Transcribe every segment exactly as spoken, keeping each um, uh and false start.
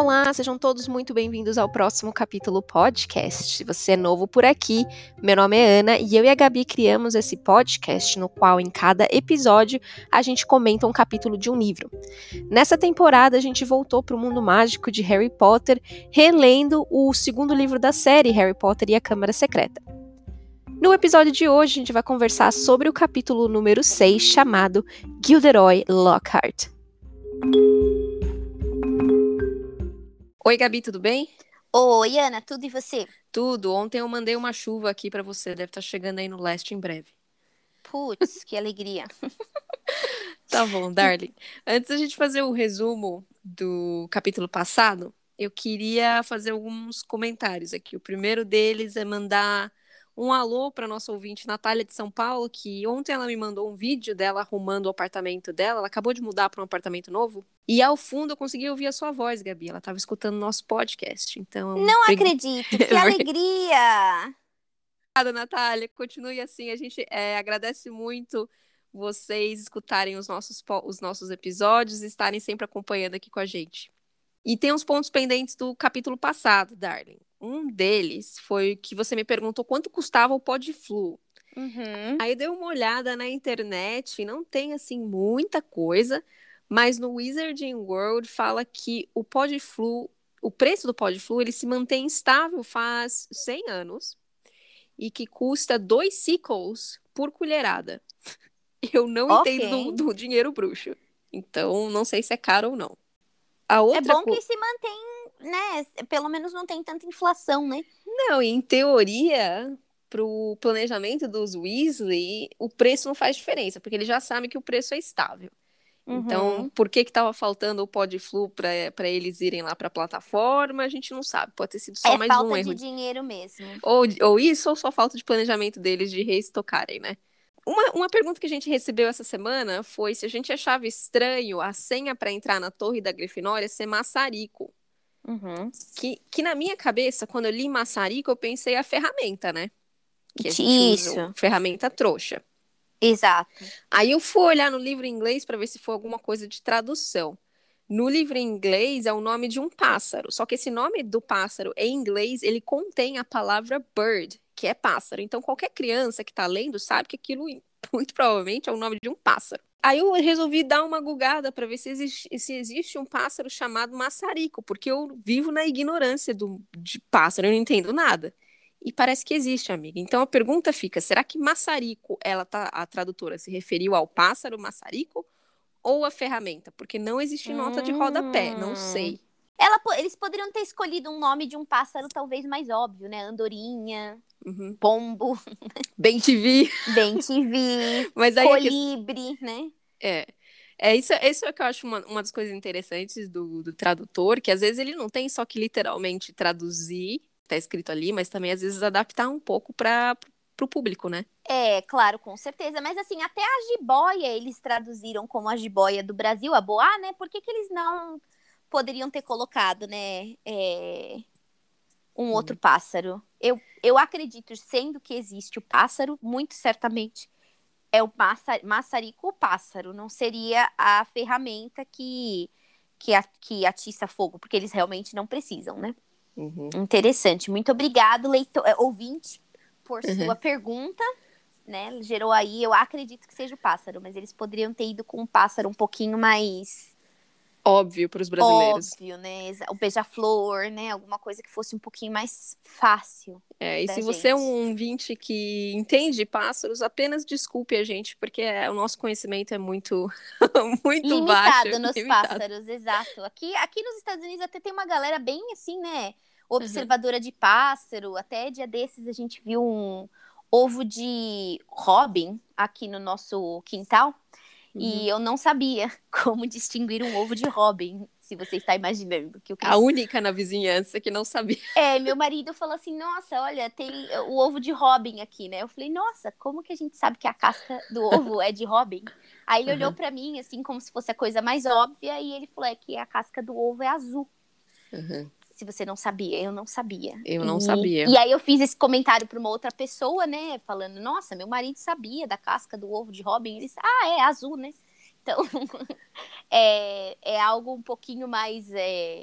Olá, sejam todos muito bem-vindos ao próximo capítulo podcast. Se você é novo por aqui, meu nome é Ana e eu e a Gabi criamos esse podcast no qual em cada episódio a gente comenta um capítulo de um livro. Nessa temporada a gente voltou para o mundo mágico de Harry Potter, relendo o segundo livro da série, Harry Potter e a Câmara Secreta. No episódio de hoje a gente vai conversar sobre o capítulo número seis, chamado Gilderoy Lockhart. Oi, Gabi, tudo bem? Oi, Ana, tudo e você? Tudo. Ontem eu mandei uma chuva aqui pra você, deve estar chegando aí no leste em breve. Putz, que alegria. Tá bom, darling. Antes da gente fazer o resumo do capítulo passado, eu queria fazer alguns comentários aqui. O primeiro deles é mandar um alô para nossa ouvinte Natália de São Paulo, que ontem ela me mandou um vídeo dela arrumando o apartamento dela. Ela acabou de mudar para um apartamento novo. E ao fundo eu consegui ouvir a sua voz, Gabi. Ela estava escutando nosso podcast. Então, Não prig... acredito, que alegria! Obrigada, Natália. Continue assim. A gente é, agradece muito vocês escutarem os nossos, po- os nossos episódios e estarem sempre acompanhando aqui com a gente. E tem uns pontos pendentes do capítulo passado, darling. Um deles foi que você me perguntou quanto custava o pó de flu. Uhum. Aí eu dei uma olhada na internet, não tem assim muita coisa, mas no Wizarding World fala que o pó de flu, o preço do pó de flu, ele se mantém estável faz cem anos e que custa dois sickles por colherada. Eu não Ok. entendo do, do dinheiro bruxo, então não sei se é caro ou não. A É outra bom co- que se mantém, né? Pelo menos não tem tanta inflação, né? Não, em teoria, pro planejamento dos Weasley, o preço não faz diferença, porque eles já sabem que o preço é estável. Então, Uhum. por que que estava faltando o pó de flu para para eles irem lá para a plataforma? A gente não sabe. Pode ter sido só É mais um falta erro. de dinheiro mesmo. Ou, ou isso, ou só falta de planejamento deles de reestocarem, né? Uma, uma pergunta que a gente recebeu essa semana foi se a gente achava estranho a senha para entrar na Torre da Grifinória ser maçarico. Uhum. Que, que na minha cabeça, quando eu li maçarico, eu pensei a ferramenta, né? Que a gente usa, o- Isso, ferramenta trouxa. exato. Aí eu fui olhar no livro em inglês para ver se foi alguma coisa de tradução. No livro em inglês é o nome de um pássaro, só que esse nome do pássaro em inglês, ele contém a palavra bird, que é pássaro. Então qualquer criança que está lendo sabe que aquilo muito provavelmente é o nome de um pássaro. Aí eu resolvi dar uma gugada para ver se existe, se existe um pássaro chamado maçarico, porque eu vivo na ignorância do, de pássaro, eu não entendo nada. E parece que existe, amiga. Então a pergunta fica: será que maçarico, ela tá, a tradutora se referiu ao pássaro maçarico ou à ferramenta? Porque não existe nota de rodapé, não Hum. sei. Ela, po- eles poderiam ter escolhido um nome de um pássaro talvez mais óbvio, né? Andorinha, Uhum. pombo, Bem te vi. bem-te-vi, Mas aí a questão colibri, né? é. É isso, isso é que eu acho uma, uma das coisas interessantes do, do tradutor, que às vezes ele não tem só que literalmente traduzir, tá escrito ali, mas também às vezes adaptar um pouco para o público, né? É, claro, com certeza. Mas assim, até a jiboia eles traduziram como a jiboia do Brasil, a boá, né? Por que que eles não poderiam ter colocado, né? é, um outro Hum. pássaro? Eu, eu acredito, sendo que existe o pássaro, muito certamente é o massa, maçarico o pássaro, não seria a ferramenta que, que, a, que atiça fogo, porque eles realmente não precisam, né? Uhum. Interessante. Muito obrigado, leitor, é, ouvinte, por Uhum. sua pergunta, né? Gerou aí, eu acredito que seja o pássaro, mas eles poderiam ter ido com um pássaro um pouquinho mais Óbvio para os brasileiros. óbvio, né? O beija-flor, né? Alguma coisa que fosse um pouquinho mais fácil É, e da se você é gente. um ouvinte que entende de pássaros, apenas desculpe a gente, porque é- o nosso conhecimento é muito, muito baixo, Limitado nos limitado. pássaros, exato. Aqui, aqui nos Estados Unidos até tem uma galera bem assim, né? Uhum. Observadora de pássaro. Até dia desses a gente viu um ovo de robin aqui no nosso quintal. Uhum. E eu não sabia como distinguir um ovo de robin, se você está imaginando. Que o A única na vizinhança que não sabia. É, meu marido falou assim, nossa, olha, tem o ovo de robin aqui, né? Eu falei, nossa, como que a gente sabe que a casca do ovo é de robin? Aí ele Uhum. olhou pra mim, assim, como se fosse a coisa mais óbvia, e ele falou, é que a casca do ovo é azul. Uhum. Se você não sabia, eu não sabia. Eu e, não sabia. E aí eu fiz esse comentário pra uma outra pessoa, né? Falando, nossa, meu marido sabia da casca do ovo de robin. Ele disse, ah, é azul, né? Então, é, é algo um pouquinho mais... É...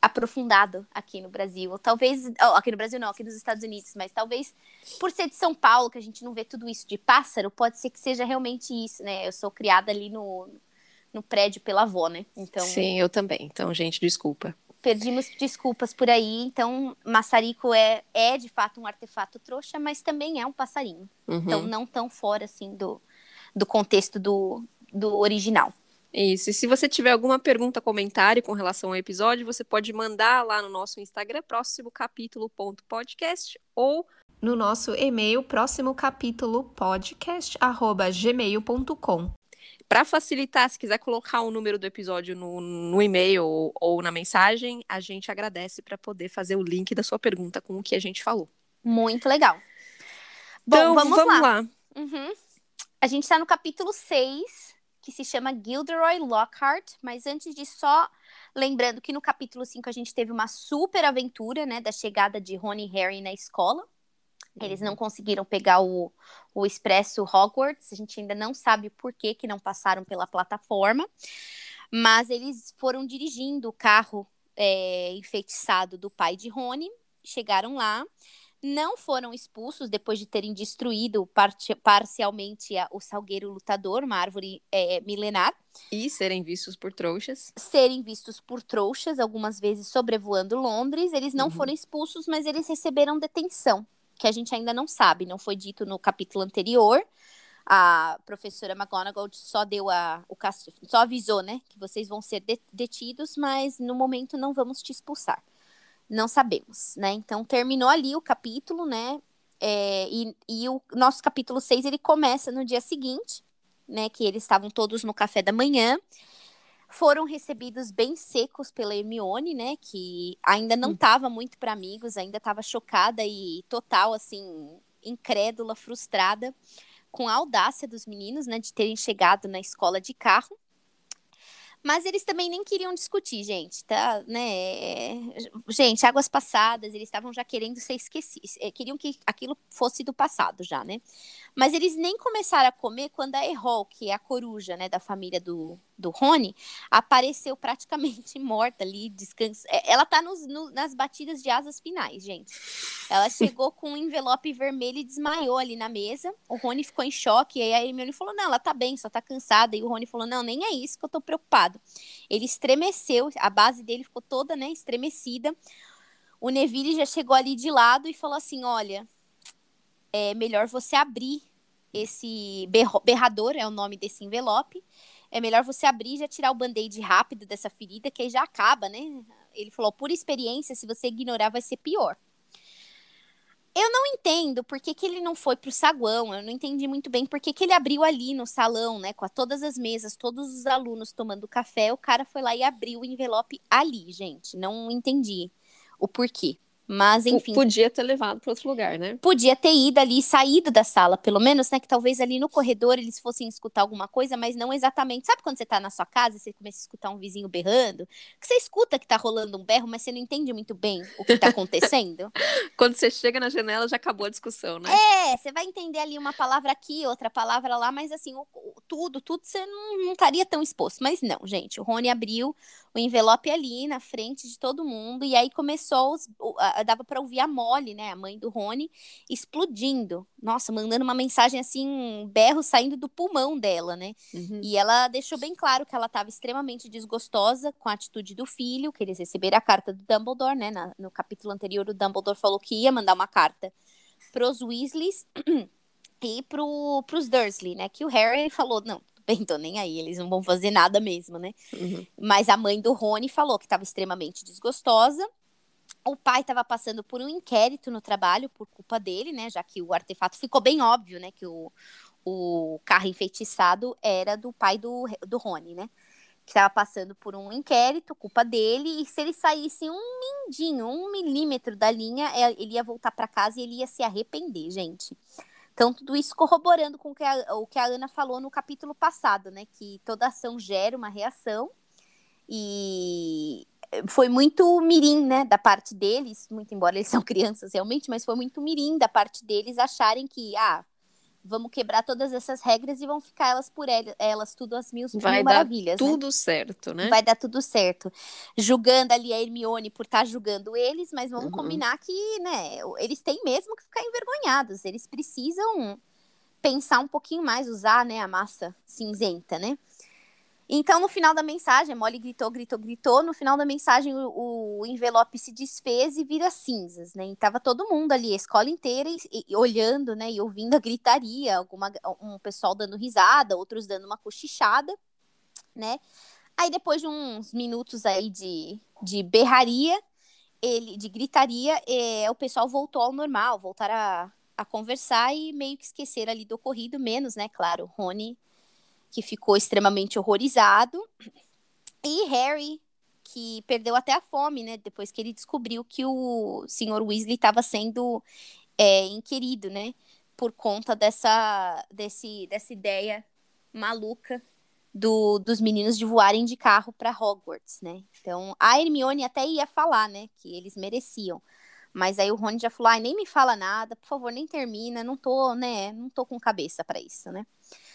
aprofundado aqui no Brasil. Ou talvez, oh, aqui no Brasil não, aqui nos Estados Unidos, mas talvez por ser de São Paulo, que a gente não vê tudo isso de pássaro, pode ser que seja realmente isso, né? Eu sou criada ali no, no prédio pela avó, né? Então, sim, eu também. Então, gente, desculpa. Pedimos desculpas por aí. Então, maçarico é, é de fato um artefato trouxa, mas também é um passarinho. Uhum. Então, não tão fora, assim, do, do contexto do, do original. Isso, e se você tiver alguma pergunta, comentário com relação ao episódio, você pode mandar lá no nosso Instagram, próximo capítulo ponto podcast, ou no nosso e-mail, próximo capítulo podcast, arroba gmail ponto com. Para facilitar, se quiser colocar o número do episódio no, no e-mail ou, ou na mensagem, a gente agradece para poder fazer o link da sua pergunta com o que a gente falou. Muito legal. Bom, Então, vamos, vamos lá. lá. Uhum. A gente está no capítulo seis, que se chama Gilderoy Lockhart, mas antes de só lembrando que no capítulo cinco a gente teve uma super aventura, né, da chegada de Rony e Harry na escola. Eles não conseguiram pegar o, o Expresso Hogwarts, a gente ainda não sabe por que que não passaram pela plataforma, mas eles foram dirigindo o carro é, enfeitiçado do pai de Rony, chegaram lá. Não foram expulsos depois de terem destruído parti- parcialmente a, o Salgueiro Lutador, uma árvore é, milenar. E serem vistos por trouxas. Serem vistos por trouxas, algumas vezes sobrevoando Londres. Eles não uhum. foram expulsos, mas eles receberam detenção, que a gente ainda não sabe. Não foi dito no capítulo anterior. A professora McGonagall só deu a, o castigo, só avisou, né, que vocês vão ser de- detidos, mas no momento não vamos te expulsar. Não sabemos, né? Então, terminou ali o capítulo, né? É, e, e o nosso capítulo seis, ele começa no dia seguinte, né? Que eles estavam todos no café da manhã. Foram recebidos bem secos pela Hermione, né? Que ainda não estava muito para amigos, ainda estava chocada e total, assim, incrédula, frustrada com a audácia dos meninos, né? De terem chegado na escola de carro. Mas eles também nem queriam discutir, gente, tá, né? Gente, águas passadas, eles estavam já querendo ser esquecidos, queriam que aquilo fosse do passado já, né? Mas eles nem começaram a comer quando a Errol, que é a coruja, né, da família do, do Rony, apareceu praticamente morta ali, descansa. Ela tá nos, no, nas batidas de asas finais, gente. Ela chegou com um envelope vermelho e desmaiou ali na mesa. O Rony ficou em choque, e aí a Hermione falou, não, ela tá bem, só tá cansada. E o Rony falou, não, nem é isso que eu tô preocupado. Ele estremeceu, a base dele ficou toda, né, estremecida. O Neville já chegou ali de lado e falou assim, olha, é melhor você abrir esse berro, berrador, é o nome desse envelope. É melhor você abrir e já tirar o band-aid rápido dessa ferida, que aí já acaba, né? Ele falou, por experiência, se você ignorar, vai ser pior. Eu não entendo por que, que ele não foi pro saguão, eu não entendi muito bem por que, que ele abriu ali no salão, né, com a, todas as mesas, todos os alunos tomando café, o cara foi lá e abriu o envelope ali, gente, não entendi o porquê. Mas, enfim. Podia ter levado para outro lugar, né? Podia ter ido ali, saído da sala, pelo menos, né? Que talvez ali no corredor eles fossem escutar alguma coisa, mas não exatamente. Sabe quando você tá na sua casa e você começa a escutar um vizinho berrando? Que você escuta que tá rolando um berro, mas você não entende muito bem o que tá acontecendo? Quando você chega na janela, já acabou a discussão, né? É, você vai entender ali uma palavra aqui, outra palavra lá, mas assim, o, o, tudo, tudo você não, não estaria tão exposto. Mas não, gente, o Rony abriu o envelope ali na frente de todo mundo, e aí começou, os, a, dava pra ouvir a Molly, né, a mãe do Rony, explodindo. Nossa, mandando uma mensagem assim, um berro saindo do pulmão dela, né? Uhum. E ela deixou bem claro que ela estava extremamente desgostosa com a atitude do filho, que eles receberam a carta do Dumbledore, né? Na, no capítulo anterior, o Dumbledore falou que ia mandar uma carta pros Weasleys e pro, pros Dursley, né? Que o Harry falou, não, bem, tô nem aí, eles não vão fazer nada mesmo, né? Uhum. Mas a mãe do Rony falou que estava extremamente desgostosa. O pai estava passando por um inquérito no trabalho por culpa dele, né? Já que o artefato ficou bem óbvio, né? Que o, o carro enfeitiçado era do pai do, do Rony, né? Que estava passando por um inquérito, culpa dele. E se ele saísse um mindinho, um milímetro da linha, ele ia voltar para casa e ele ia se arrepender, gente. Então, tudo isso corroborando com o que, a, o que a Ana falou no capítulo passado, né? Que toda ação gera uma reação. E foi muito mirim, né, da parte deles, muito embora eles são crianças realmente, mas foi muito mirim da parte deles acharem que, ah, vamos quebrar todas essas regras e vão ficar elas por el- elas, tudo as mil, Vai mil dar maravilhas, né? tudo certo, né? Vai dar tudo certo. Julgando ali a Hermione por estar julgando eles, mas vamos Uhum. combinar que, né, eles têm mesmo que ficar envergonhados. Eles precisam pensar um pouquinho mais, usar, né, a massa cinzenta, né? Então, no final da mensagem, a Molly gritou, gritou, gritou. No final da mensagem, o, o envelope se desfez e vira cinzas, né? E tava todo mundo ali, a escola inteira, e, e olhando, né? E ouvindo a gritaria, alguma, um pessoal dando risada, outros dando uma cochichada, né? Aí, depois de uns minutos aí de, de berraria, ele, de gritaria, é, o pessoal voltou ao normal, voltaram a, a conversar e meio que esqueceram ali do ocorrido, menos, né? Claro, Rony, que ficou extremamente horrorizado, e Harry, que perdeu até a fome, né? Depois que ele descobriu que o senhor Weasley estava sendo é, inquirido, né? Por conta dessa, desse, dessa ideia maluca do, dos meninos de voarem de carro para Hogwarts, né? Então, a Hermione até ia falar, né? Que eles mereciam. Mas aí o Rony já falou, ai, nem me fala nada, por favor, nem termina, não tô, né? Não tô com cabeça para isso, né?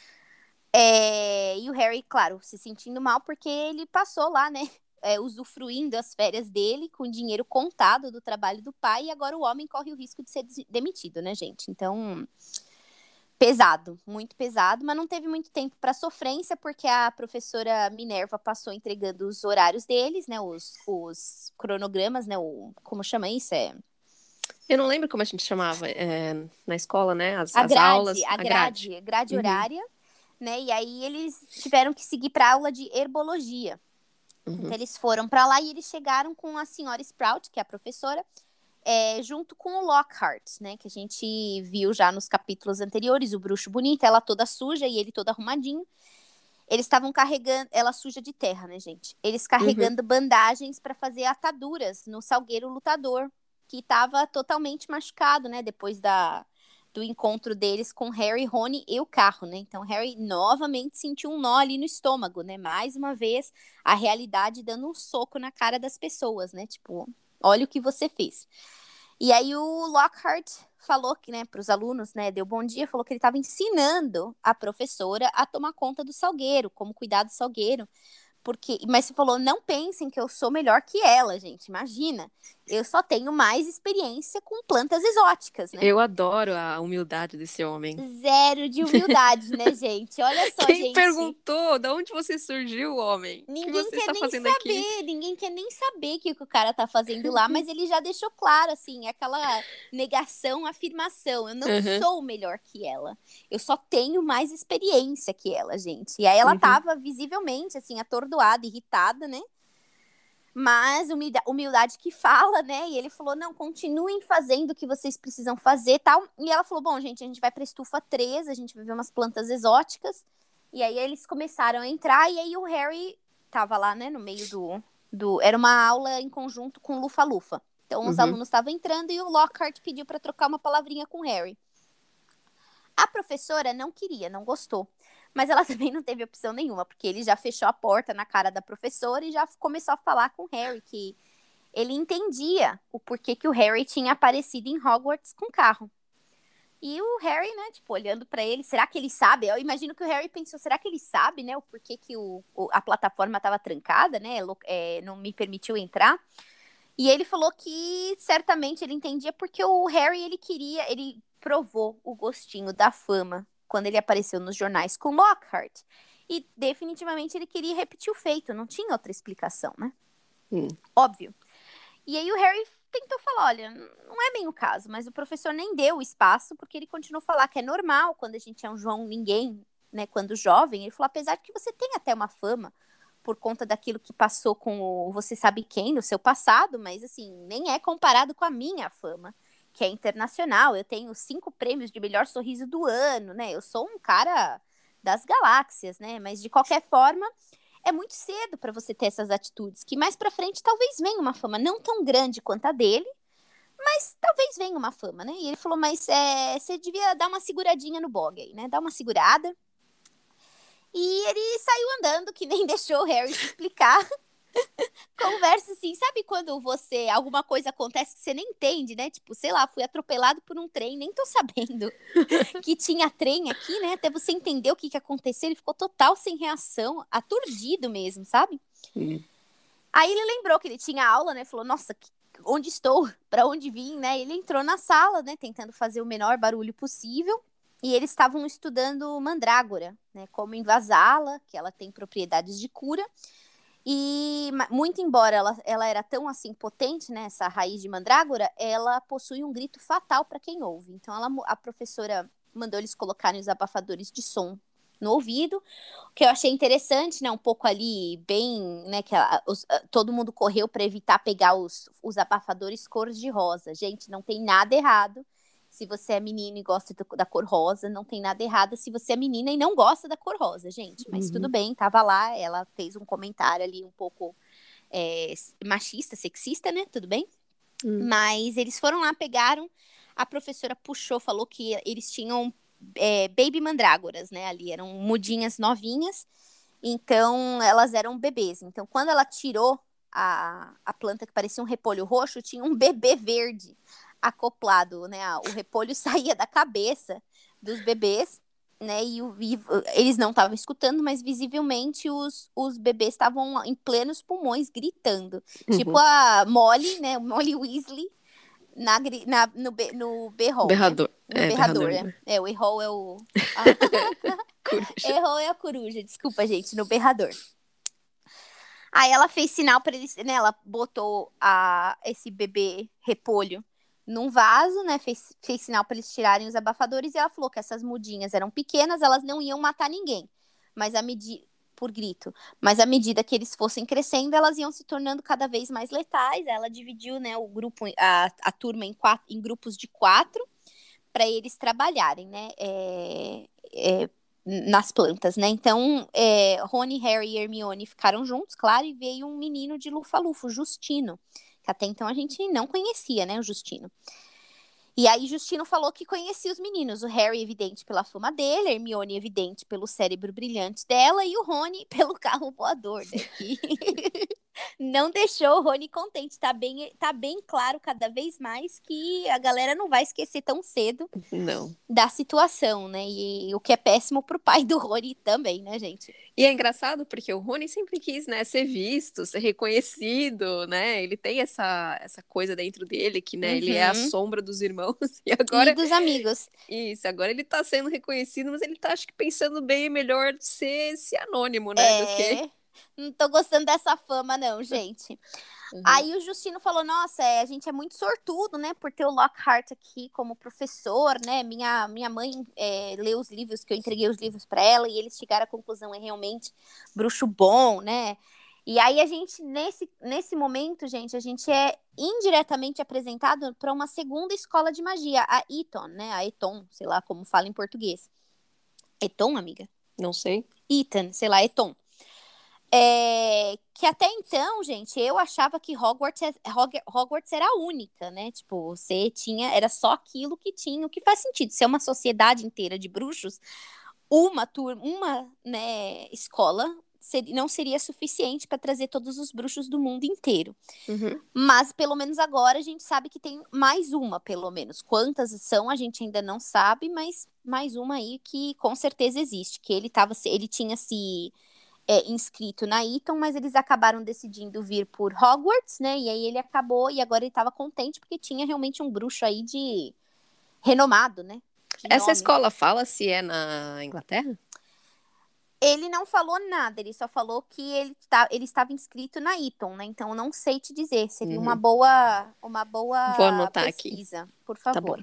É, e o Harry, claro, se sentindo mal porque ele passou lá, né? É, usufruindo as férias dele com dinheiro contado do trabalho do pai e agora o homem corre o risco de ser demitido, né, gente? Então, pesado, muito pesado, mas não teve muito tempo para sofrência porque a professora Minerva passou entregando os horários deles, né? Os, os cronogramas, né? O, como chama isso? É Eu não lembro como a gente chamava é, na escola, né? As, a as grade, aulas, a a grade. grade, a grade Uhum, horária, né? E aí eles tiveram que seguir para aula de herbologia. Então, uhum. eles foram para lá e eles chegaram com a senhora Sprout, que é a professora, é, junto com o Lockhart, né? Que a gente viu já nos capítulos anteriores, o bruxo bonito, ela toda suja e ele todo arrumadinho. Eles estavam carregando, ela suja de terra, né, gente? Eles Uhum. carregando bandagens para fazer ataduras no Salgueiro Lutador, que estava totalmente machucado, né? Depois da, do encontro deles com Harry, Rony e o carro, né? Então, Harry novamente sentiu um nó ali no estômago, né? Mais uma vez, a realidade dando um soco na cara das pessoas, né? Tipo, olha o que você fez. E aí o Lockhart falou que, né, para os alunos, né, deu bom dia, falou que ele estava ensinando a professora a tomar conta do salgueiro, como cuidar do salgueiro. Porque, mas você falou, não pensem que eu sou melhor que ela, gente. Imagina. Eu só tenho mais experiência com plantas exóticas, né? Eu adoro a humildade desse homem. Zero de humildade, né, gente? Olha só, Quem gente. perguntou? Da onde você surgiu, homem? O que Ninguém você quer está nem fazendo aqui? saber, ninguém quer nem saber o que o cara tá fazendo lá, mas ele já deixou claro, assim, aquela negação, afirmação. Eu não Uhum, sou melhor que ela. Eu só tenho mais experiência que ela, gente. E aí ela uhum. tava visivelmente, assim, atordoada, irritada, né? Mas humilda- humildade que fala, né? E ele falou: não, continuem fazendo o que vocês precisam fazer tal. E ela falou: bom, gente, a gente vai pra estufa três, a gente vai ver umas plantas exóticas. E aí eles começaram a entrar, e aí o Harry tava lá, né, no meio do. do... Era uma aula em conjunto com Lufa-Lufa. Então os Uhum. alunos estavam entrando e o Lockhart pediu para trocar uma palavrinha com o Harry. A professora não queria, não gostou. Mas ela também não teve opção nenhuma, porque ele já fechou a porta na cara da professora e já começou a falar com o Harry que ele entendia o porquê que o Harry tinha aparecido em Hogwarts com carro. E o Harry, né, tipo, olhando pra ele, será que ele sabe? Eu imagino que o Harry pensou, será que ele sabe, né, o porquê que o, o- a plataforma estava trancada, né, lo- é, não me permitiu entrar. E ele falou que certamente ele entendia porque o Harry, ele queria, ele provou o gostinho da fama quando ele apareceu nos jornais com Lockhart. E definitivamente ele queria repetir o feito, não tinha outra explicação, né? Hum. Óbvio. E aí o Harry tentou falar, olha, não é bem o caso, mas o professor nem deu o espaço, porque ele continuou a falar que é normal quando a gente é um João ninguém, né, quando jovem. Ele falou, apesar de que você tem até uma fama por conta daquilo que passou com o você sabe quem no seu passado, mas assim, nem é comparado com a minha fama, que é internacional. Eu tenho cinco prêmios de melhor sorriso do ano, né? Eu sou um cara das galáxias, né? Mas de qualquer forma, é muito cedo para você ter essas atitudes, que mais para frente talvez venha uma fama não tão grande quanto a dele, mas talvez venha uma fama, né? E ele falou, mas é, você devia dar uma seguradinha no bog aí, né? Dar uma segurada. E ele saiu andando, que nem deixou o Harry se explicar. Conversa assim, sabe quando você, alguma coisa acontece que você nem entende, né? Tipo, sei lá, fui atropelado por um trem, nem tô sabendo que tinha trem aqui, né? Até você entender o que que aconteceu, ele ficou total sem reação, aturdido mesmo, sabe? Hum. Aí ele lembrou que ele tinha aula, né? Falou, nossa, que- onde estou? Pra onde vim, né? Ele entrou na sala, né? Tentando fazer o menor barulho possível. E eles estavam estudando mandrágora, né? Como invasá-la, que ela tem propriedades de cura. E ma- muito embora ela, ela era tão assim potente, né? Essa raiz de mandrágora, ela possui um grito fatal para quem ouve. Então ela, a professora mandou eles colocarem os abafadores de som no ouvido, o que eu achei interessante, né? Um pouco ali, bem, né? Que a- os- a- todo mundo correu para evitar pegar os, os abafadores cores de rosa. Gente, não tem nada errado. Se você é menino e gosta do- da cor rosa, não tem nada errado se você é menina e não gosta da cor rosa, gente. Mas tudo Uhum. bem, tava lá, ela fez um comentário ali um pouco é, machista, sexista, né? Tudo bem? Hum. Mas eles foram lá, pegaram, a professora puxou, falou que eles tinham é, baby mandrágoras, né? Ali eram mudinhas novinhas, então elas eram bebês. Então, quando ela tirou a, a planta que parecia um repolho roxo, tinha um bebê verde acoplado, né? O repolho saía da cabeça dos bebês, né? E, o, e eles não estavam escutando, mas visivelmente os, os bebês estavam em plenos pulmões gritando. Tipo Uhum. a Molly, né? Molly Weasley na, gri- na, no, be- no berrol, né? Berrador. No É, berrador, berrador, né? né? É, o errol é o. a- Coruja. errol é a coruja, desculpa, gente, no berrador. Aí ela fez sinal para eles, né? Ela botou a, esse bebê repolho num vaso, né? Fez, fez sinal para eles tirarem os abafadores e ela falou que essas mudinhas eram pequenas, elas não iam matar ninguém. Mas a medida por grito, mas à medida que eles fossem crescendo, elas iam se tornando cada vez mais letais. Ela dividiu, né, o grupo, a, a turma em, quatro, em grupos de quatro para eles trabalharem, né? É, é, nas plantas, né? Então, é, Rony, Harry e Hermione ficaram juntos, claro, e veio um menino de Lufa-Lufa, o Justino, que até então a gente não conhecia, né, o Justino. E aí Justino falou que conhecia os meninos, o Harry evidente pela fama dele, a Hermione evidente pelo cérebro brilhante dela e o Rony pelo carro voador, né? Que não deixou o Rony contente. Tá bem, tá bem claro cada vez mais que a galera não vai esquecer tão cedo Não. da situação, né? E o que é péssimo pro pai do Rony também, né, gente? E é engraçado porque o Rony sempre quis, né, ser visto, ser reconhecido, né? Ele tem essa, essa coisa dentro dele que, né, ele é a Uhum. sombra dos irmãos. E E agora, dos amigos. isso, agora ele tá sendo reconhecido, mas ele tá, acho que, pensando bem, é melhor ser esse anônimo, né, do que... É. Não tô gostando dessa fama, não, gente. Uhum. Aí o Justino falou: Nossa, é, a gente é muito sortudo, né, por ter o Lockhart aqui como professor, né? Minha, minha mãe é, leu os livros, que eu entreguei os livros para ela, e eles chegaram à conclusão: é realmente bruxo bom, né? E aí a gente, nesse, nesse momento, gente, a gente é indiretamente apresentado para uma segunda escola de magia, a Eton, né? A Eton, sei lá como fala em português. Eton, amiga? Não sei. Eton, sei lá, Eton. É, que até então, gente, eu achava que Hogwarts, é- Hog- Hogwarts era a única, né? Tipo, você tinha, era só aquilo que tinha, o que faz sentido. Se é uma sociedade inteira de bruxos, uma turma, uma, né, escola seria, não seria suficiente para trazer todos os bruxos do mundo inteiro. Uhum. Mas pelo menos agora a gente sabe que tem mais uma, pelo menos. Quantas são, a gente ainda não sabe, mas mais uma aí que com certeza existe, que ele tava, ele tinha se é, inscrito na Eton, mas eles acabaram decidindo vir por Hogwarts, né? E aí ele acabou, e agora ele estava contente porque tinha realmente um bruxo aí de renomado, né? De Essa nome. escola fala se é na Inglaterra? Ele não falou nada, ele só falou que ele, tá, ele estava inscrito na Eton, né? Então eu não sei te dizer, seria uma Uhum. boa, uma Vou boa anotar aqui. pesquisa, por Tá bom. favor.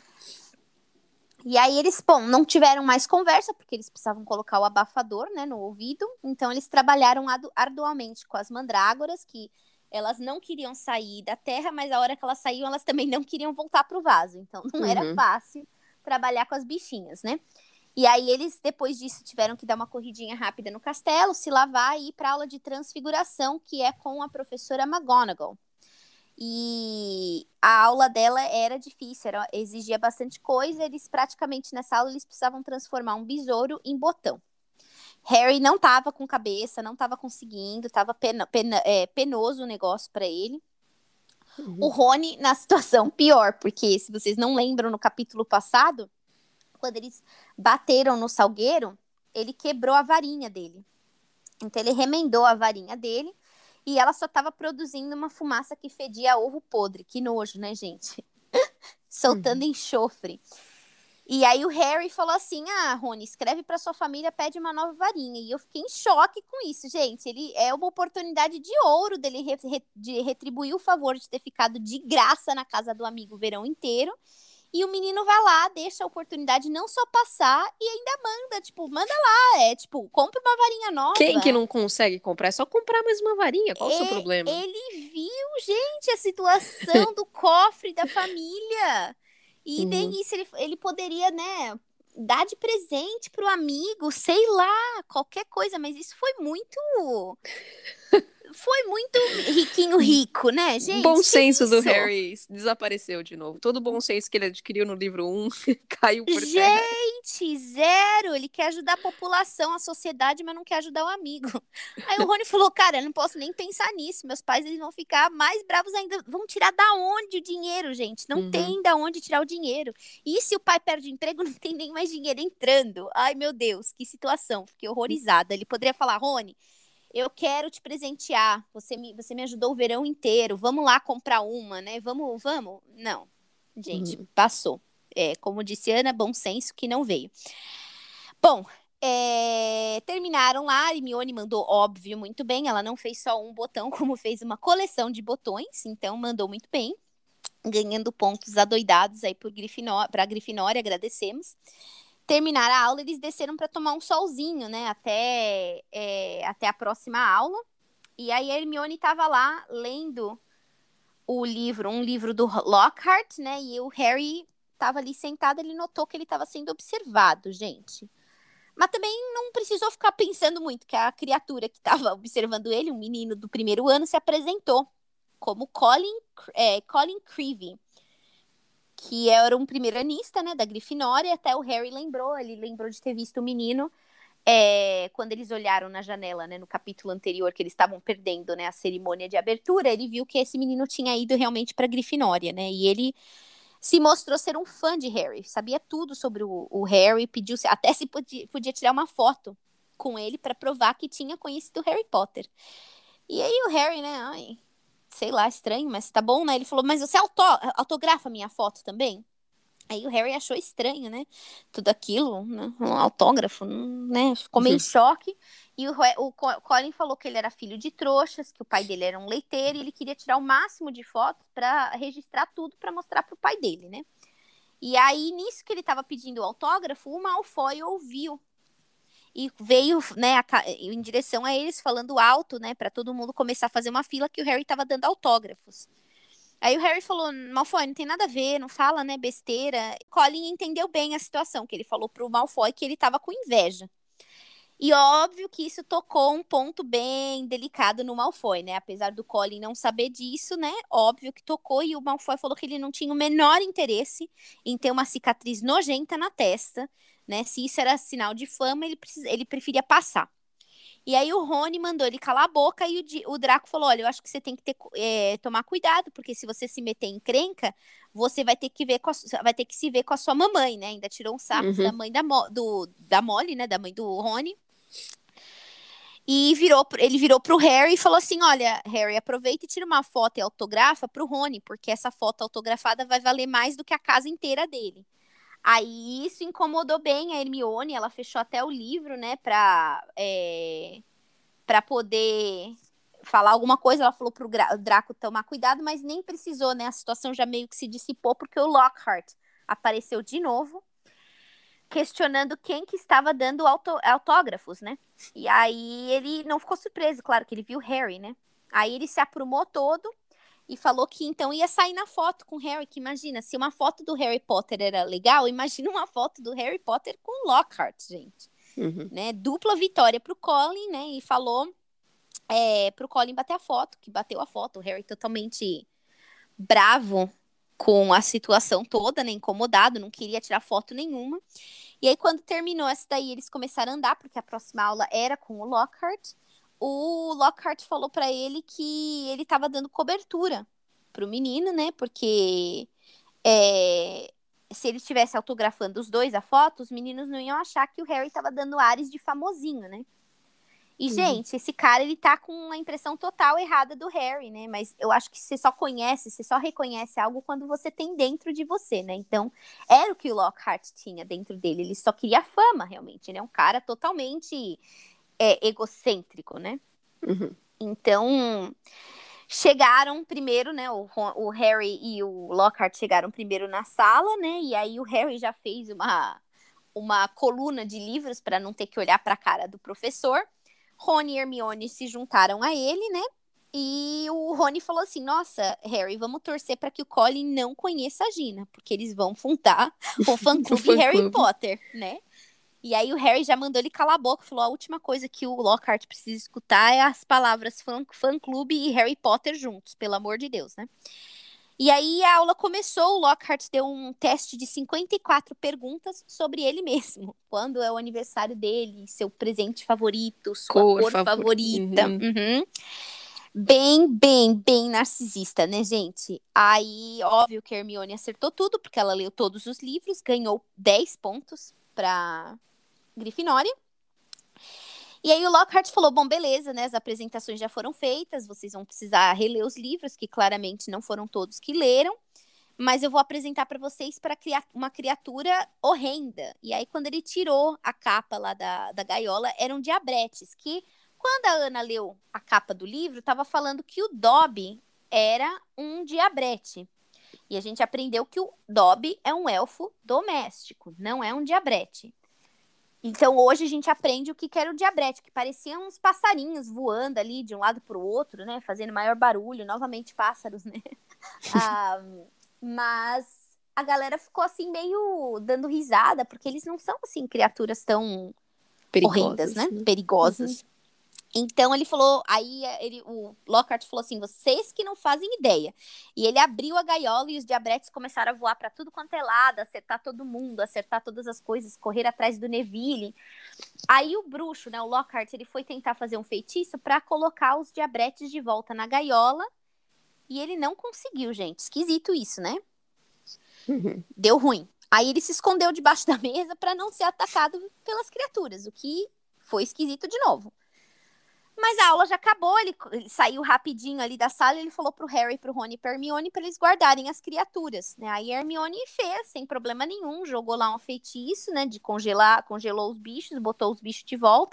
E aí eles, bom, não tiveram mais conversa, porque eles precisavam colocar o abafador, né, no ouvido. Então eles trabalharam arduamente com as mandrágoras, que elas não queriam sair da terra, mas a hora que elas saíam, elas também não queriam voltar pro vaso. Então não era Uhum. fácil trabalhar com as bichinhas, né? E aí eles, depois disso, tiveram que dar uma corridinha rápida no castelo, se lavar e ir para aula de transfiguração, que é com a professora McGonagall. E a aula dela era difícil, era, exigia bastante coisa. Eles praticamente nessa aula eles precisavam transformar um besouro em botão. Harry não tava com cabeça, não tava conseguindo, tava pena, pena, é, penoso o negócio pra ele. O Uhum. Rony na situação pior, porque se vocês não lembram no capítulo passado, quando eles bateram no salgueiro, ele quebrou a varinha dele. Então ele remendou a varinha dele e ela só estava produzindo uma fumaça que fedia a ovo podre. Que nojo, né, gente? Soltando Uhum. enxofre. E aí o Harry falou assim: ah, Rony, escreve pra sua família, pede uma nova varinha. E eu fiquei em choque com isso, gente. Ele é uma oportunidade de ouro dele re re de retribuir o favor de ter ficado de graça na casa do amigo o verão inteiro. E o menino vai lá, deixa a oportunidade não só passar e ainda manda, tipo, manda lá, é tipo, compra uma varinha Quem que nova. não consegue comprar? É só comprar mais uma varinha. Qual o seu E problema? ele viu, gente, a situação do cofre da família. E Uhum. nem isso, ele, ele poderia, né, dar de presente pro amigo, sei lá, qualquer coisa, mas isso foi muito. Foi muito riquinho rico, né, Bom gente? Que senso do isso? Harry desapareceu de novo. Todo o bom senso que ele adquiriu no livro um caiu por terra. Gente, zero. Ele quer ajudar a população, a sociedade, mas não quer ajudar o amigo. Aí o Rony falou, cara, eu não posso nem pensar nisso. Meus pais eles vão ficar mais bravos ainda. Vão tirar da onde o dinheiro, gente? Não Uhum. tem da onde tirar o dinheiro. E se o pai perde o emprego, não tem nem mais dinheiro entrando. Ai, meu Deus, que situação. Fiquei horrorizada. Ele poderia falar, Rony, eu quero te presentear. Você me, você me ajudou o verão inteiro. Vamos lá comprar uma, né? Vamos, vamos. Não. Gente, Uhum. passou. É, como disse Ana, bom senso que não veio. Bom, é, terminaram lá. A Hermione mandou, óbvio, muito bem. Ela não fez só um botão, como fez uma coleção de botões. Então, mandou muito bem. Ganhando pontos adoidados aí para a Grifinória, agradecemos. Terminaram a aula, eles desceram para tomar um solzinho, né? Até, é, até a próxima aula. E aí a Hermione estava lá lendo o livro, um livro do Lockhart, né? E o Harry estava ali sentado, ele notou que ele estava sendo observado, gente. Mas também não precisou ficar pensando muito, que a criatura que estava observando ele, um menino do primeiro ano, se apresentou como Colin, é, Colin Creevy, que era um primeiro-anista, né, da Grifinória. Até o Harry lembrou, ele lembrou de ter visto o menino é, quando eles olharam na janela, né, no capítulo anterior, que eles estavam perdendo, né, a cerimônia de abertura. Ele viu que esse menino tinha ido realmente para Grifinória, né, e ele se mostrou ser um fã de Harry, sabia tudo sobre o, o Harry, pediu até se podia, podia tirar uma foto com ele para provar que tinha conhecido Harry Potter. E aí o Harry, né, ai, sei lá, estranho, mas tá bom, né? Ele falou, mas você auto autografa minha foto também? Aí o Harry achou estranho, né? Tudo aquilo, né? Um autógrafo, né? Ficou meio em choque. E o, o Colin falou que ele era filho de trouxas, que o pai dele era um leiteiro, e ele queria tirar o máximo de fotos para registrar tudo para mostrar pro pai dele, né? E aí, nisso que ele tava pedindo o autógrafo, o Malfoy ouviu e veio, né, a, em direção a eles, falando alto, né, para todo mundo começar a fazer uma fila que o Harry tava dando autógrafos. Aí o Harry falou, Malfoy, não tem nada a ver, não fala, né, besteira. Colin entendeu bem a situação, que ele falou pro Malfoy que ele tava com inveja. E óbvio que isso tocou um ponto bem delicado no Malfoy, né? Apesar do Colin não saber disso, né? Óbvio que tocou, e o Malfoy falou que ele não tinha o menor interesse em ter uma cicatriz nojenta na testa, né? Se isso era sinal de fama, ele, precis... ele preferia passar. E aí o Rony mandou ele calar a boca e o, o Draco falou, olha, eu acho que você tem que ter, é, tomar cuidado, porque se você se meter em encrenca, você vai ter que ver com a, vai ter que se ver com a sua mamãe, né? Ainda tirou um sarro Uhum. da mãe da, Mo, do, da Molly, né? Da mãe do Rony. E virou, ele virou pro Harry e falou assim, olha, Harry, aproveita e tira uma foto e autografa pro Rony, porque essa foto autografada vai valer mais do que a casa inteira dele. Aí isso incomodou bem a Hermione, ela fechou até o livro, né, pra, é, pra poder falar alguma coisa. Ela falou pro Draco tomar cuidado, mas nem precisou, né, a situação já meio que se dissipou, porque o Lockhart apareceu de novo, questionando quem que estava dando auto, autógrafos, né? E aí ele não ficou surpreso, claro, que ele viu Harry, né? Aí ele se aprumou todo e falou que então ia sair na foto com o Harry, que imagina, se uma foto do Harry Potter era legal, imagina uma foto do Harry Potter com o Lockhart, gente. Uhum. Né? Dupla vitória pro Colin, né? E falou é, pro Colin bater a foto, que bateu a foto. O Harry totalmente bravo com a situação toda, né? Incomodado, não queria tirar foto nenhuma. E aí, quando terminou essa daí, eles começaram a andar, porque a próxima aula era com o Lockhart. O Lockhart falou pra ele que ele tava dando cobertura pro menino, né? Porque é, se ele estivesse autografando os dois a foto, os meninos não iam achar que o Harry tava dando ares de famosinho, né? E, Uhum. gente, esse cara, ele tá com a impressão total errada do Harry, né? Mas eu acho que você só conhece, você só reconhece algo quando você tem dentro de você, né? Então, era o que o Lockhart tinha dentro dele. Ele só queria fama, realmente. Ele é um cara totalmente é, egocêntrico, né? Uhum. Então, chegaram primeiro, né? O, o Harry e o Lockhart chegaram primeiro na sala, né? E aí o Harry já fez uma, uma coluna de livros para não ter que olhar para a cara do professor. Rony e Hermione se juntaram a ele, né? E o Rony falou assim: Nossa, Harry, vamos torcer para que o Colin não conheça a Gina, porque eles vão fundar o fã-clube Harry fã-clube. Potter, né? E aí o Harry já mandou ele calar a boca, falou: A última coisa que o Lockhart precisa escutar é as palavras fã-clube e Harry Potter juntos, pelo amor de Deus, né? E aí a aula começou, o Lockhart deu um teste de cinquenta e quatro perguntas sobre ele mesmo. Quando é o aniversário dele, seu presente favorito, sua Cor, cor favor. favorita. Uhum. Uhum. Bem, bem, bem narcisista, né, gente? Aí, óbvio que a Hermione acertou tudo, porque ela leu todos os livros, ganhou dez pontos pra Grifinória. E aí o Lockhart falou, bom, beleza, né, as apresentações já foram feitas, vocês vão precisar reler os livros, que claramente não foram todos que leram, mas eu vou apresentar para vocês para criar uma criatura horrenda. E aí quando ele tirou a capa lá da, da gaiola, eram diabretes, que quando a Ana leu a capa do livro, estava falando que o Dobby era um diabrete. E a gente aprendeu que o Dobby é um elfo doméstico, não é um diabrete. Então, hoje a gente aprende o que era o diabrete, que pareciam uns passarinhos voando ali de um lado para o outro, né? Fazendo maior barulho, novamente pássaros, né? ah, mas a galera ficou assim meio dando risada, porque eles não são assim criaturas tão Perigosas, horrendas, né? né? Perigosas. Uhum. Então ele falou, aí ele, o Lockhart falou assim, vocês que não fazem ideia. E ele abriu a gaiola e os diabretes começaram a voar para tudo quanto é lado, acertar todo mundo, acertar todas as coisas, correr atrás do Neville. Aí o bruxo, né, o Lockhart, ele foi tentar fazer um feitiço para colocar os diabretes de volta na gaiola e ele não conseguiu, gente. Esquisito isso, né? Uhum. Deu ruim. Aí ele se escondeu debaixo da mesa para não ser atacado pelas criaturas, o que foi esquisito de novo. Mas a aula já acabou, ele, ele saiu rapidinho ali da sala e ele falou pro Harry, pro Rony e pra Hermione pra eles guardarem as criaturas, né? Aí a Hermione fez, sem problema nenhum, jogou lá um feitiço, né, de congelar, congelou os bichos, botou os bichos de volta.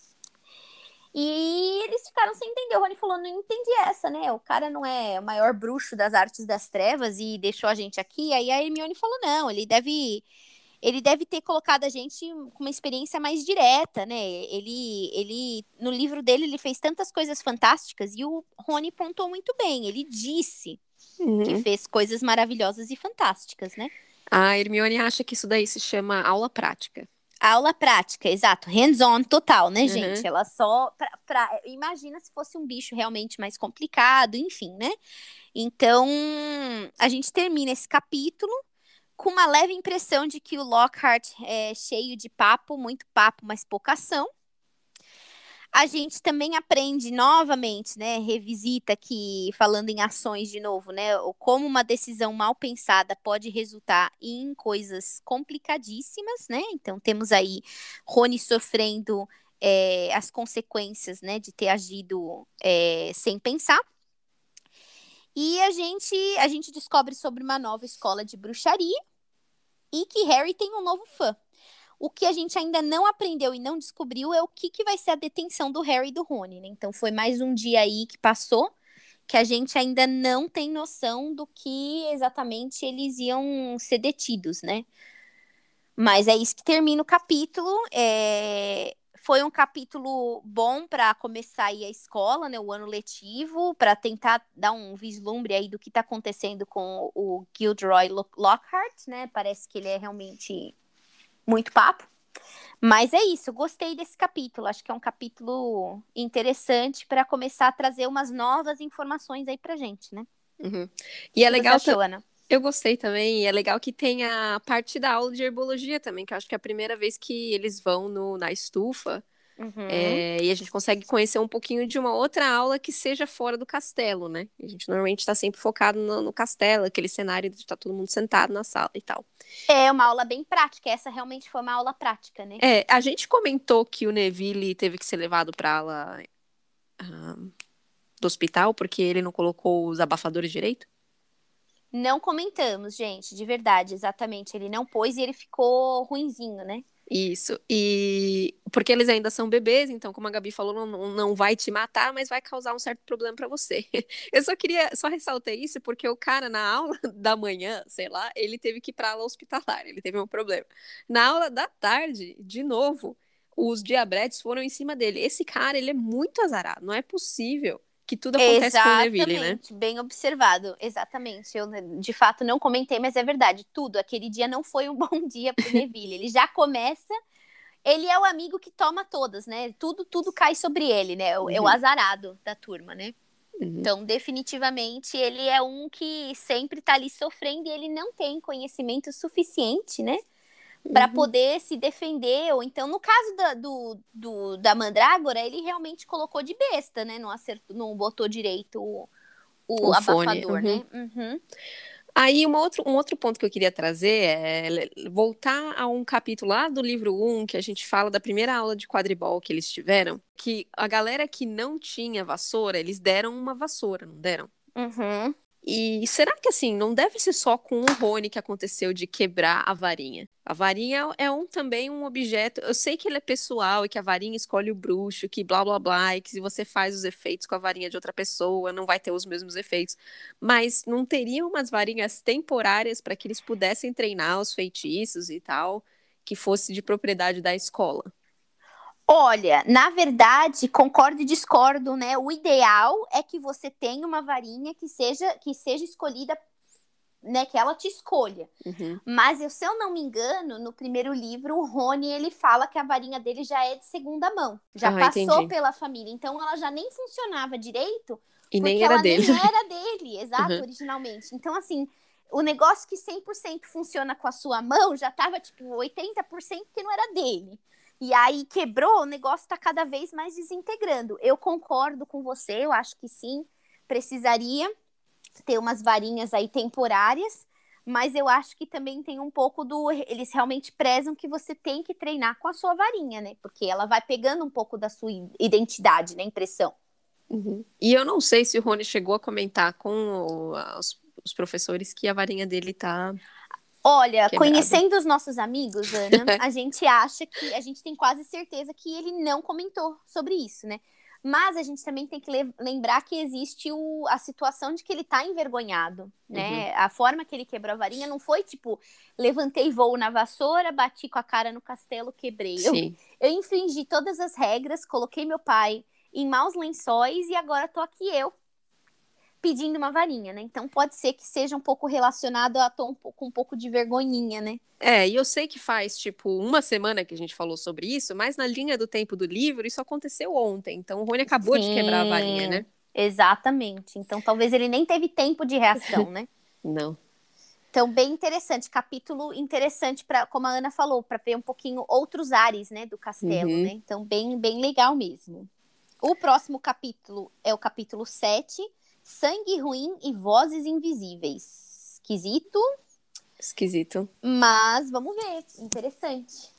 E eles ficaram sem entender. O Rony falou, não entendi essa, né? O cara não é o maior bruxo das artes das trevas e deixou a gente aqui. Aí a Hermione falou, não, ele deve... Ele deve ter colocado a gente com uma experiência mais direta, né? Ele, ele, no livro dele, ele fez tantas coisas fantásticas e o Rony pontuou muito bem. Ele disse Uhum. que fez coisas maravilhosas e fantásticas, né? A Hermione acha que isso daí se chama aula prática. Aula prática, exato. Hands-on total, né, Uhum. gente? Ela só... Pra, pra, imagina se fosse um bicho realmente mais complicado, enfim, né? Então, a gente termina esse capítulo com uma leve impressão de que o Lockhart é cheio de papo, muito papo, mas pouca ação. A gente também aprende novamente, né, revisita aqui, falando em ações de novo, né, como uma decisão mal pensada pode resultar em coisas complicadíssimas, né, então temos aí Rony sofrendo é, as consequências, né, de ter agido é, sem pensar. E a gente, a gente descobre sobre uma nova escola de bruxaria, e que Harry tem um novo fã. O que a gente ainda não aprendeu e não descobriu é o que, que vai ser a detenção do Harry e do Rony, né? Então foi mais um dia aí que passou, que a gente ainda não tem noção do que exatamente eles iam ser detidos, né? Mas é isso que termina o capítulo. É... Foi um capítulo bom para começar aí a escola, né? O ano letivo, para tentar dar um vislumbre aí do que está acontecendo com o Gilderoy Lockhart, né? Parece que ele é realmente muito papo. Mas é isso, gostei desse capítulo. Acho que é um capítulo interessante para começar a trazer umas novas informações aí pra gente, né? Uhum. E é O que legal você achou, Ana? Eu gostei também, e é legal que tem a parte da aula de herbologia também, que eu acho que é a primeira vez que eles vão no, na estufa, Uhum. é, e a gente consegue conhecer um pouquinho de uma outra aula que seja fora do castelo, né? A gente normalmente está sempre focado no, no castelo, aquele cenário de estar todo mundo sentado na sala e tal. É uma aula bem prática, essa realmente foi uma aula prática, né? É, a gente comentou que o Neville teve que ser levado para a ala ah, do hospital porque ele não colocou os abafadores direito. Não comentamos, gente, de verdade, exatamente. Ele não pôs e ele ficou ruinzinho, né? Isso, e porque eles ainda são bebês, então, como a Gabi falou, não, não vai te matar, mas vai causar um certo problema pra você. Eu só queria, só ressaltei isso porque o cara na aula da manhã, sei lá, ele teve que ir pra aula hospitalar, ele teve um problema. Na aula da tarde, de novo, os diabretes foram em cima dele. Esse cara, ele é muito azarado, não é possível que tudo acontece com o Neville, né? Exatamente, bem observado, exatamente. Eu, de fato, não comentei, mas é verdade, tudo. Aquele dia não foi um bom dia pro Neville. Ele já começa, ele é o amigo que toma todas, né? Tudo, tudo cai sobre ele, né? É o, é o Uhum, azarado da turma, né? uhum, Então, definitivamente, ele é um que sempre tá ali sofrendo e ele não tem conhecimento suficiente, né? Para uhum. poder se defender, ou então, no caso da, do, do, da Mandrágora, ele realmente colocou de besta, né? Não, acertou, não botou direito o, o O fone. abafador, Uhum. né? Uhum. Aí, uma outro, um outro ponto que eu queria trazer é le- voltar a um capítulo lá do livro um, que a gente fala da primeira aula de quadribol que eles tiveram, que a galera que não tinha vassoura, eles deram uma vassoura, não deram? Uhum. E será que assim, não deve ser só com o Rony que aconteceu de quebrar a varinha? A varinha é um também um objeto. Eu sei que ele é pessoal e que a varinha escolhe o bruxo, que blá blá blá, e que se você faz os efeitos com a varinha de outra pessoa, não vai ter os mesmos efeitos. Mas não teriam umas varinhas temporárias para que eles pudessem treinar os feitiços e tal, que fosse de propriedade da escola? Olha, na verdade, concordo e discordo, né? O ideal é que você tenha uma varinha que seja que seja escolhida, né? Que ela te escolha. Uhum. Mas eu, se eu não me engano, no primeiro livro, o Rony ele fala que a varinha dele já é de segunda mão, já Ah, passou entendi. pela família, então ela já nem funcionava direito, E nem porque era ela dele. nem era dele, exato, Uhum. originalmente. Então, assim, o negócio que cem por cento funciona com a sua mão já tava tipo oitenta por cento que não era dele. E aí quebrou, o negócio tá cada vez mais desintegrando. Eu concordo com você, eu acho que sim, precisaria ter umas varinhas aí temporárias, mas eu acho que também tem um pouco do. Eles realmente prezam que você tem que treinar com a sua varinha, né? Porque ela vai pegando um pouco da sua identidade, né? Impressão. Uhum. E eu não sei se o Rony chegou a comentar com o- a- os, os professores que a varinha dele tá Olha, quebrada. conhecendo os nossos amigos, Ana, a gente acha que. A gente tem quase certeza que ele não comentou sobre isso, né? Mas a gente também tem que le- lembrar que existe o, a situação de que ele tá envergonhado, Uhum. né? A forma que ele quebrou a varinha não foi tipo, levantei voo na vassoura, bati com a cara no castelo, quebrei. Eu, Sim. eu infringi todas as regras, coloquei meu pai em maus lençóis e agora tô aqui eu pedindo uma varinha, né? Então pode ser que seja um pouco relacionado a tô um pouco, um pouco de vergonhinha, né? É, e eu sei que faz, tipo, uma semana que a gente falou sobre isso, mas na linha do tempo do livro, isso aconteceu ontem. Então o Rony acabou de quebrar a varinha, Sim, né? exatamente. Então talvez ele nem teve tempo de reação, né? Não. Então, bem interessante, capítulo interessante para, como a Ana falou, para ver um pouquinho outros ares, né, do castelo, né? Uhum. Então, bem, bem legal mesmo. O próximo capítulo é o capítulo sete, Sangue Ruim e Vozes Invisíveis. Esquisito, Esquisito. mas vamos ver, interessante.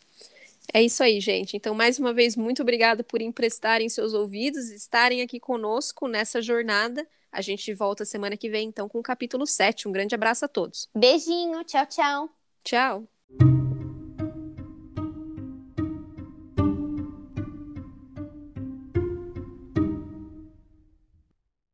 É isso aí, gente. Então, mais uma vez, muito obrigada por emprestarem seus ouvidos e estarem aqui conosco nessa jornada. A gente volta semana que vem, então, com o capítulo sete. Um grande abraço a todos. Beijinho, tchau, tchau. Tchau!